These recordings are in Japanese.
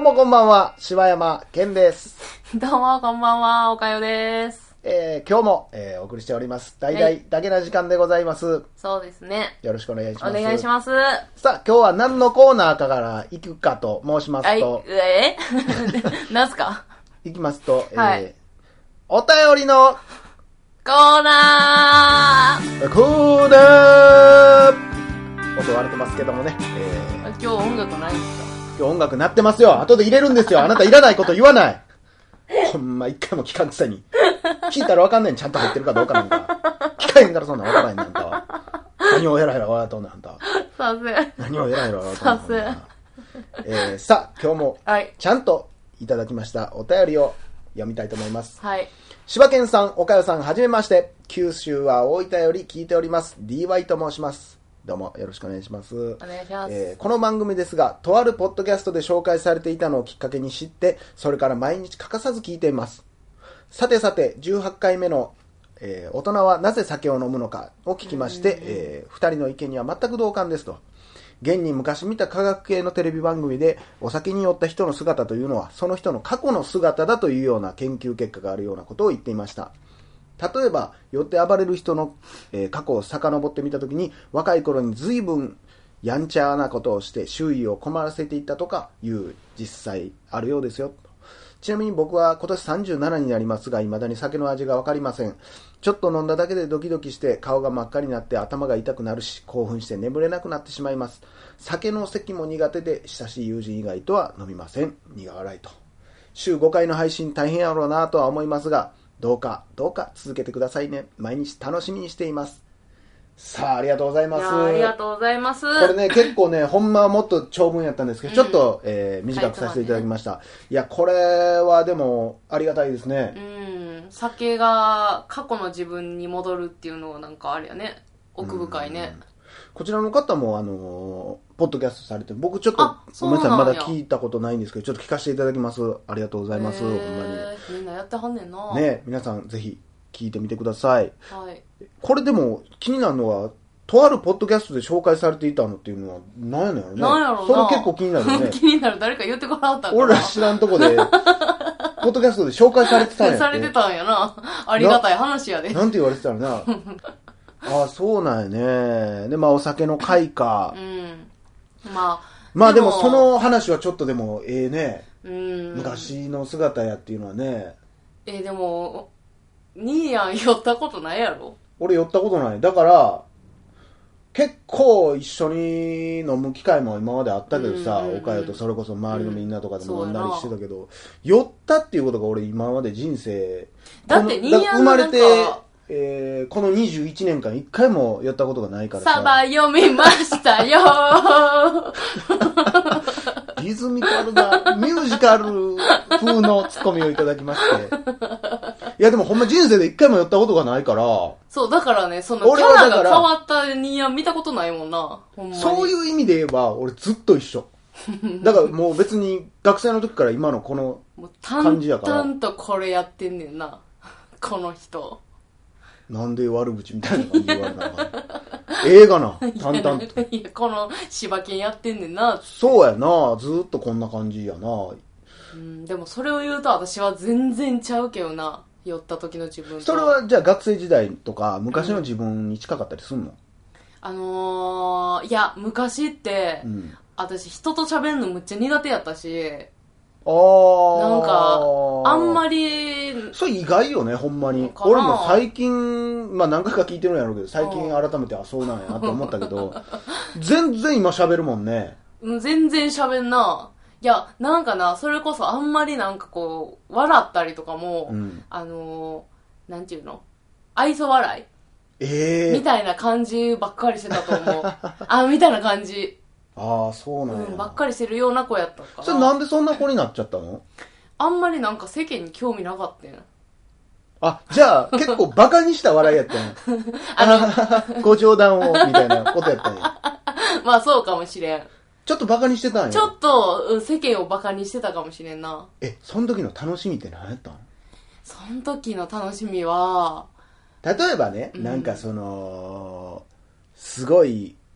もこんばんは、柴山健です。 どうもこんばんは、おかよです。 今日も、お送りしております。大々だけな時間でございます。 そうですね。 よろしくお願いします。 お願いします。 さあ、今日は何のコーナーから行くかと申しますと、 何すか？ 行きますと、 はい、 お便りのコーナー音割れてますけどもね、 今日音楽ないんですか？ 今日音楽鳴ってますよ。後で入れるんですよ。あなたいらないこと言わない。ほんま一回も聞かんくせに。聞いたらわかんないにちゃんと入ってるかどうかなんか。聞かへんからそんなんわからへんねん、あんたは。何をヘラヘラ笑うとんねん、あんた。 させ。 何をヘラヘラ笑うとんねん。 させ。さあ、今日も、 はい、 ちゃんといただきましたお便りを読みたいと思います。 はい。 柴犬さん、岡代さん、はじめまして。九州は大分より聞いております。DY と申します。どうもよろしくお願いします。 お願いします。 この番組ですが、とあるポッドキャストで紹介されていたのをきっかけに知って、それから毎日欠かさず聞いています。さてさて、18回目の、大人はなぜ酒を飲むのかを聞きまして、2人の意見には全く同感ですと。現に昔見た科学系のテレビ番組で、お酒に酔った人の姿というのは、その人の過去の姿だというような研究結果があるようなことを言っていました。例えば酔って暴れる人の、過去を遡ってみたときに、若い頃に随分やんちゃなことをして周囲を困らせていったとかいう実際あるようですよ。ちなみに僕は今年37になりますが、未だに酒の味がわかりません。ちょっと飲んだだけでドキドキして顔が真っ赤になって頭が痛くなるし、興奮して眠れなくなってしまいます。酒の席も苦手で、親しい友人以外とは飲みません。苦笑いと。週5回の配信大変やろうなとは思いますが、どうか続けてくださいね。毎日楽しみにしています。さあ、ありがとうございます。 ありがとうございます。 これね、結構ね、ほんまはもっと長文やったんですけど、ちょっと、短くさせていただきました。いや、これはでも、ありがたいですね。 酒が過去の自分に戻るっていうのはなんかあれやね。奥深いね。 こちらの方も、ポッドキャストされて、僕ちょっと、ごめんなさい、まだ聞いたことないんですけど、ちょっと聞かせていただきます。ありがとうございます。ほんまに。 みんなやってはんねんな。 ね、皆さんぜひ聞いてみてください。 はい。 これでも気になるのは、とあるポッドキャストで紹介されていたのっていうのは何やねんやろね。 何やろうな。 それ結構気になるよね。 気になる。誰か言ってこらはったんかな。 俺ら知らんとこで、ポッドキャストで紹介されてたんやって。 されてたんやな。ありがたい話やで。 なんて言われてたらな。ああ、そうなんやね。で、まあお酒の会か。まあでもその話はちょっとでもね。昔の姿やっていうのはね。 でも、兄やん酔ったことないやろ？ 俺酔ったことない。だから、結構一緒に飲む機会も今まであったけどさ、おかゆとそれこそ周りのみんなとかでも飲んだりしてたけど、酔ったっていうことが俺今まで人生、 だって兄やんがなんか、 この21年間一回もやったことがないからさ。 サバ読みましたよリズミカルな、ミュージカル風のツッコミをいただきまして。いやでもほんま人生で一回もやったことがないから。 そう、だからね、そのキャラが変わったニーヤン見たことないもんな。ほんまに。 そういう意味で言えば、俺ずっと一緒。だからもう別に学生の時から今のこの感じやから。 淡々とこれやってんねんな。この人。 なんで悪口みたいな感じで言われなかった。映画な、淡々と。 いや、この柴犬やってんねんな。 そうやな、ずっとこんな感じやな。 でもそれを言うと私は全然ちゃうけどな。酔った時の自分と。 それはじゃあ学生時代とか昔の自分に近かったりすんの？いや、昔って、私人と喋るのむっちゃ苦手やったし、なんか、あんまり、 それ意外よね、ほんまに。俺も最近、まあ何回か聞いてるんやろうけど、最近改めて、あ、そうなんやなって思ったけど、全然今喋るもんね。 全然喋んな。いや、なんかな、それこそあんまりなんかこう、笑ったりとかも、なんていうの？愛想笑いみたいな感じばっかりしてたと思う。みたいな感じ。 ああ、そうなんや。 ばっかりしてるような子やったから。 それなんでそんな子になっちゃったの？ あんまりなんか世間に興味なかったんや。 あ、じゃあ結構バカにした笑いやったんや。ご冗談を、みたいなことやったんや。 まあそうかもしれん。 ちょっとバカにしてたんや。 ちょっと世間をバカにしてたかもしれんな。 その時の楽しみって何やったん？ その時の楽しみは、 例えばね、なんかその、すごい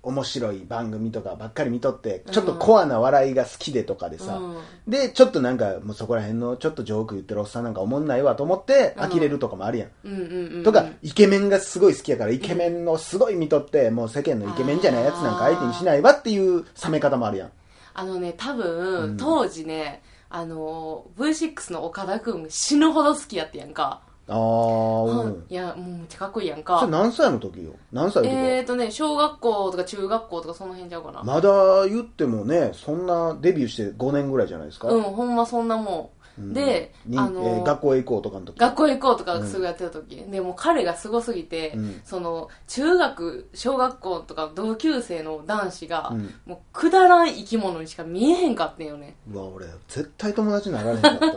面白い番組とかばっかり見とって、ちょっとコアな笑いが好きでとかでさ、で、ちょっとなんか、もうそこら辺のちょっとジョーク言ってるおっさんなんかおもんないわと思って、呆れるとかもあるやん。とか、イケメンがすごい好きやから、イケメンをすごい見とって、もう世間のイケメンじゃないやつなんか相手にしないわっていう冷め方もあるやん。 多分、当時ね、V6 の岡田くん死ぬほど好きやってやんか。 ああ、うん。 いや、もうめっちゃかっこいいやんか。 それ何歳の時よ？何歳の時？ 小学校とか中学校とかその辺ちゃうかな。 まだ言ってもね、そんなデビューして5年ぐらいじゃないですか。 ほんまそんなもん。で、 学校へ行こうとかの時。 学校へ行こうとかすぐやってた時。で、もう彼がすごすぎて、中学、小学校とか同級生の男子が、もうくだらん生き物にしか見えへんかってんよね。 うわ、俺、絶対友達になられへんかった。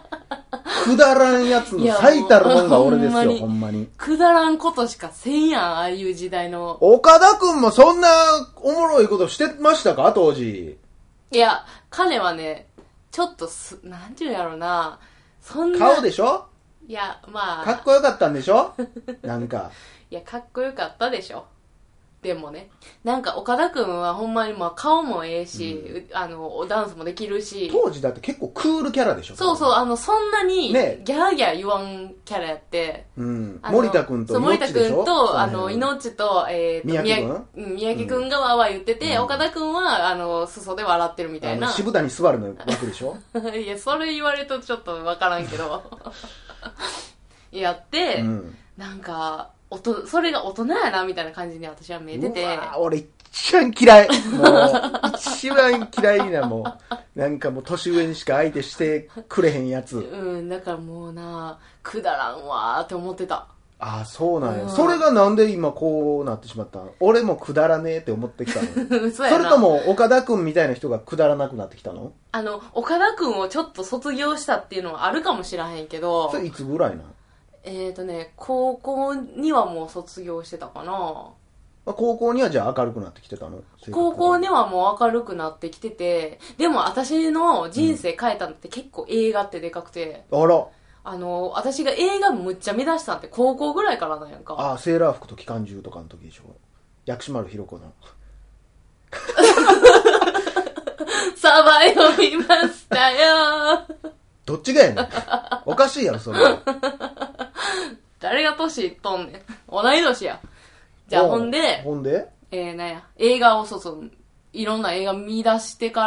くだらんやつの最たるもんが俺ですよ、ほんまに。 くだらんことしかせんやん、ああいう時代の。 岡田くんもそんなおもろいことしてましたか、当時。 いや、彼はね、ちょっとなんていうんやろな、そんな。 顔でしょ？ いや、まあ。 かっこよかったんでしょ？なんか。 いや、かっこよかったでしょ。でもね、なんか岡田くんはほんまにまあ顔もええし、ダンスもできるし。 当時だって結構クールキャラでしょ？ そうそう、そんなにギャーギャー言わんキャラやって。 森田くんと森田くんと、命と、 宮城くんがわーわー言ってて、岡田くんは、裾で笑ってるみたいな。 渋谷座るの枠でしょ？ いや、それ言われるとちょっとわからんけど。やって、なんか、それが大人やなみたいな感じに私は見えてて。 俺一番嫌い。もう、一番嫌いな、もう。なんかもう年上にしか相手してくれへんやつ。 だからもうな、くだらんわーって思ってた。 ああ、そうなんや。それがなんで今こうなってしまったの？俺もくだらねえって思ってきたの。それとも岡田くんみたいな人がくだらなくなってきたの？ 岡田くんをちょっと卒業したっていうのはあるかもしらへんけど。 それいつぐらいなの？ 高校にはもう卒業してたかな。 高校にはじゃあ明るくなってきてたの？ 高校にはもう明るくなってきてて、でも私の人生変えたのって結構映画ってでかくて。 あら。 私が映画むっちゃ見出したんって高校ぐらいからなんやんか。 ああ、セーラー服と機関銃とかの時でしょ。薬師丸ひろ子の。 サバイを見ましたよ。 どっちがやねん。おかしいやろ、それ。 誰が年いっとんねん。同い年や。じゃあほんで、なんや、映画をいろんな映画見出してから、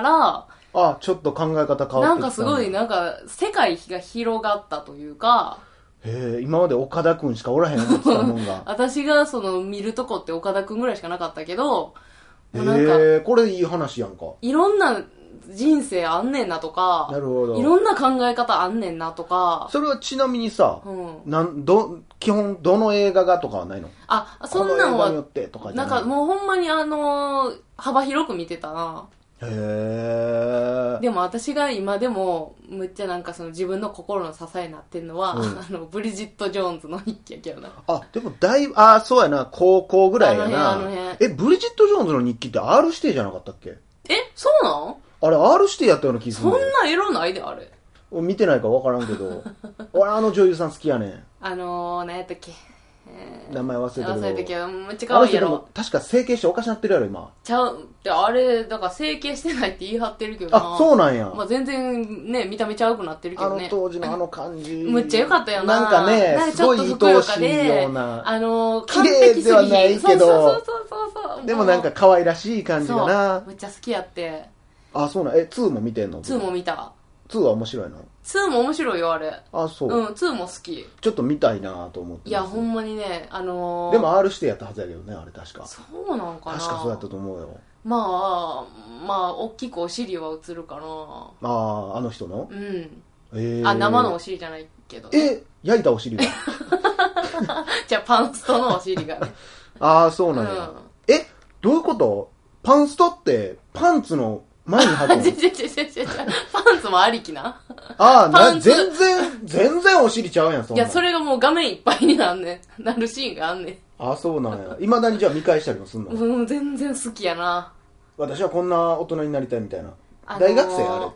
ちょっと考え方変わってきた。 なんかすごい、世界が広がったというか、 今まで岡田くんしかおらへん思ってたもんが。 私が見るとこって岡田くんぐらいしかなかったけど、 これいい話やんか。 いろんな人生あんねんなとか、 なるほど。 いろんな考え方あんねんなとか。 それはちなみにさ、基本どの映画がとかはないの？ そんなんは、 なんかもうほんまに幅広く見てたな。 へー。 でも私が今でもむっちゃなんか自分の心の支えになってんのは、ブリジット・ジョーンズの日記やけどな。 でもだいぶ、そうやな、高校ぐらいやな。ブリジット・ジョーンズの日記って R 指定じゃなかったっけ？ そうなん？ あれ R 指定やったような気する。 そんな色ないで、あれ。 見てないか分からんけど。俺女優さん好きやねん。 何やったっけ？ 名前忘れたけど。 めっちゃ可愛いやろ。 確か整形しておかしなってるやろ、今。 ちゃう。あれ、だから整形してないって言い張ってるけどな。 そうなんや。 全然ね、見た目ちゃうくなってるけどね。 当時の感じ。 むっちゃ良かったよな。 なんかね、すごい愛おしいような。綺麗ではないけど。そうでもなんか可愛らしい感じがな。 むっちゃ好きやって。 そうなん。2も見てんの？ 2も見た。 2は面白いの？2 も面白いよ、あれ。 そう。 2も好き。 ちょっっと見たいなと思って。 いや、ほんまにね、でも R してやったはずやけどね、あれ確か。 そうなんかな。 確かそうやったと思うよ。 まあ、大きくお尻は映るかな。 あの人の？ 生のお尻じゃないけどね。 焼いたお尻が。 じゃあ、パンストのお尻がね。 そうなんや。どういうこと？パンストって、パンツの前に履くの？ パンツもありきな。 全然お尻ちゃうやん、そんな。 いや、それがもう画面いっぱいになるシーンがあんねん。 そうなんや。未だにじゃあ見返したりもすんの？ 全然好きやな。 私はこんな大人になりたいみたいな。大学生あれって。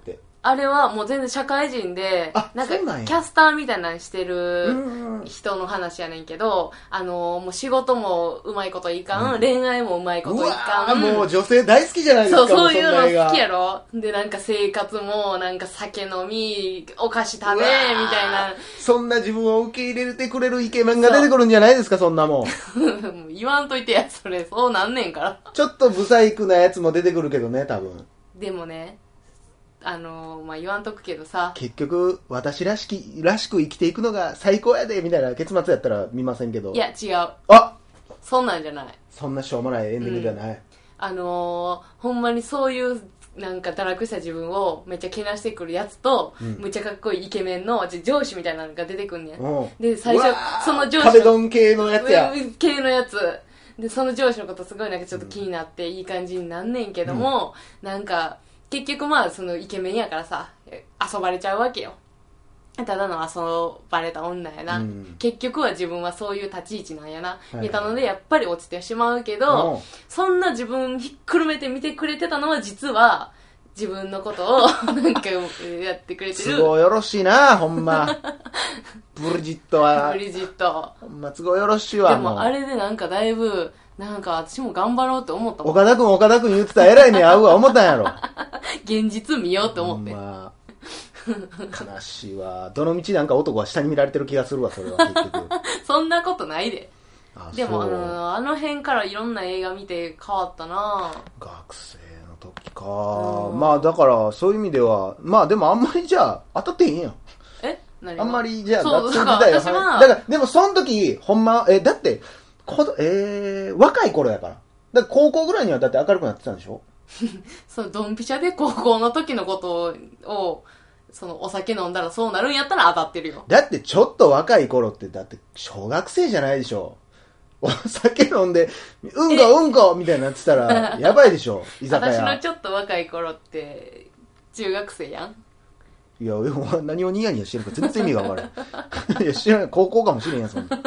あれはもう全然社会人で、なんかキャスターみたいなのしてる人の話やねんけど、もう仕事もうまいこといかん、恋愛もうまいこといかん。 もう女性大好きじゃないですか。 そういうの好きやろ。で、なんか生活も、なんか酒飲み、お菓子食べ、みたいな。 そんな自分を受け入れてくれるイケメンが出てくるんじゃないですか、そんなもん。 もう言わんといてや、それ、そうなんねんから。 ちょっとブサイクなやつも出てくるけどね、多分。 でもね、まあ、言わんとくけどさ。 結局、私らしく生きていくのが最高やで、みたいな結末やったら見ませんけど。 いや、違う。そんなんじゃない。 そんなしょうもないエンディングじゃない。 ほんまにそういう、なんか堕落した自分をめっちゃけなしてくるやつと、むっちゃかっこいいイケメンの上司みたいなのが出てくんねん。で、最初、その上司。 壁ドン系のやつや。 系のやつ。で、その上司のことすごいなんかちょっと気になっていい感じになんねんけども、なんか、結局まあそのイケメンやからさ、遊ばれちゃうわけよ。ただの遊ばれた女やな、結局は自分はそういう立ち位置なんやな、見たのでやっぱり落ちてしまうけど、そんな自分ひっくるめて見てくれてたのは実は自分のことをなんかやってくれてる。 都合よろしいな、ほんま。ブリジットは。 ブリジット。 ほんま都合よろしいわ。 でもあれでなんかだいぶ、なんか私も頑張ろうって思ったもん。 岡田くん言ってたら偉い目合うわ思ったんやろ。 現実見ようって思って。 まあ、悲しいわ。どの道なんか男は下に見られてる気がするわ、それは結局。 そんなことないで。でもあの辺からいろんな映画見て変わったな。 学生の時か。まあだからそういう意味では、まあでもあんまりじゃあ当たってへんやん。 何あんまりじゃあ学生時代は。だからでもその時ほんま、だって若い頃やから。だから高校ぐらいにはだって明るくなってたんでしょ。 そう、ドンピシャで高校の時のことを、そのお酒飲んだらそうなるんやったら当たってるよ。 だってちょっと若い頃ってだって小学生じゃないでしょ。お酒飲んで、うんこみたいになってたらやばいでしょ、居酒屋。 私のちょっと若い頃って中学生やん。 いや、何をニヤニヤしてるか全然意味が分からん。いや、知らない。高校かもしれんやん、そんな。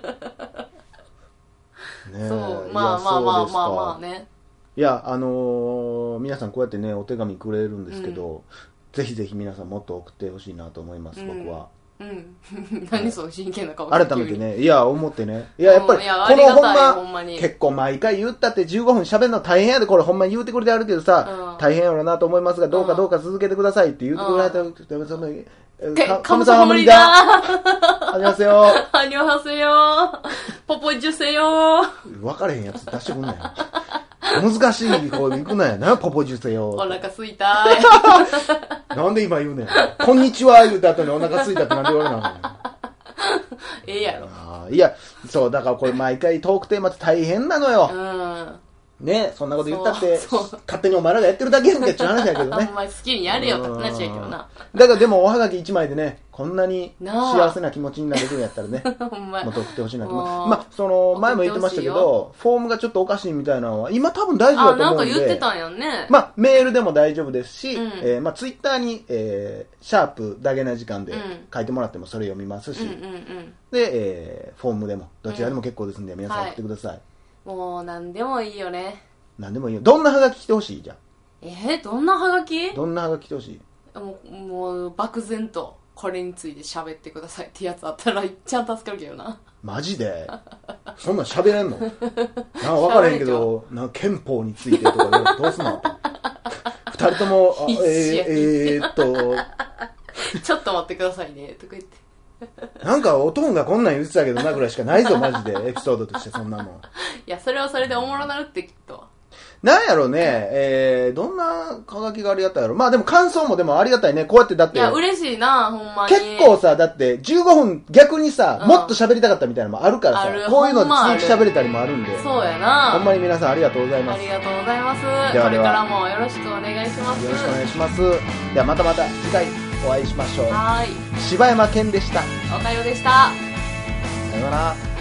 そう、まあね。 いや、皆さんこうやってね、お手紙くれるんですけど、ぜひぜひ皆さんもっと送ってほしいなと思います、僕は。 何そう真剣な顔改めてね、いや、思ってね。いや、やっぱり、このほんま、結構毎回言ったって15分喋るの大変やで、これほんまに言うてくれてあるけどさ、大変やろうなと思いますが、どうか続けてくださいって言ってくれたら、カムサハムニダありますよ。 ありますよ。ポポジュセよ。 分かれへんやつ出してくんなよ。難しい方行くなやな、ポポジュセよ。 お腹すいた。 なんで今言うねん。こんにちは言うた後にお腹すいたってなんで言われなの。 ええやろ。 いや、そう、だからこれ毎回トークテーマって大変なのよ。ね、そんなこと言ったって、勝手にお前らがやってるだけやんけって話やけどね。 お前好きにやれよって話やけどな。 だからでもおはがき1枚でね、こんなに幸せな気持ちになれるんやったらね、もっと送ってほしいなと。まあ、前も言ってましたけど、フォームがちょっとおかしいみたいなのは、今多分大丈夫だと思うんで。 なんか言ってたんやんね。 まあ、メールでも大丈夫ですし、まあ、ツイッターに、シャープだけな時間で書いてもらってもそれ読みますし、で、フォームでも、どちらでも結構ですんで、皆さん送ってください。 もう、なんでもいいよね。 なんでもいいよ。どんなハガキ来てほしいじゃん。 どんなハガキ？ どんなハガキ来てほしい？ もう、漠然と、これについて喋ってくださいってやつあったら、いっちゃん助かるけどな。 マジで？そんなん喋れんの？なんか分からへんけど、なんか憲法についてとかどうすんの？二人とも、 ちょっと待ってくださいね、とか言って。 なんかおとんがこんなん言ってたけどなぐらいしかないぞ、マジで。エピソードとしてそんなもん。 いや、それはそれでおもろなるってきっと。 なんやろね、どんなハガキがありがたいやろ。まあでも感想もでもありがたいね。こうやってだって。 いや、嬉しいな、ほんまに。 結構さ、だって15分逆にさ、もっと喋りたかったみたいなのもあるからさ、こういうので続き喋れたりもあるんで。 そうやな。 ほんまに皆さんありがとうございます。 ありがとうございます。 ではこれからもよろしくお願いします。 よろしくお願いします。ではまた次回お会いしましょう。 はい。 柴山健でした。 おかよでした。 さよなら。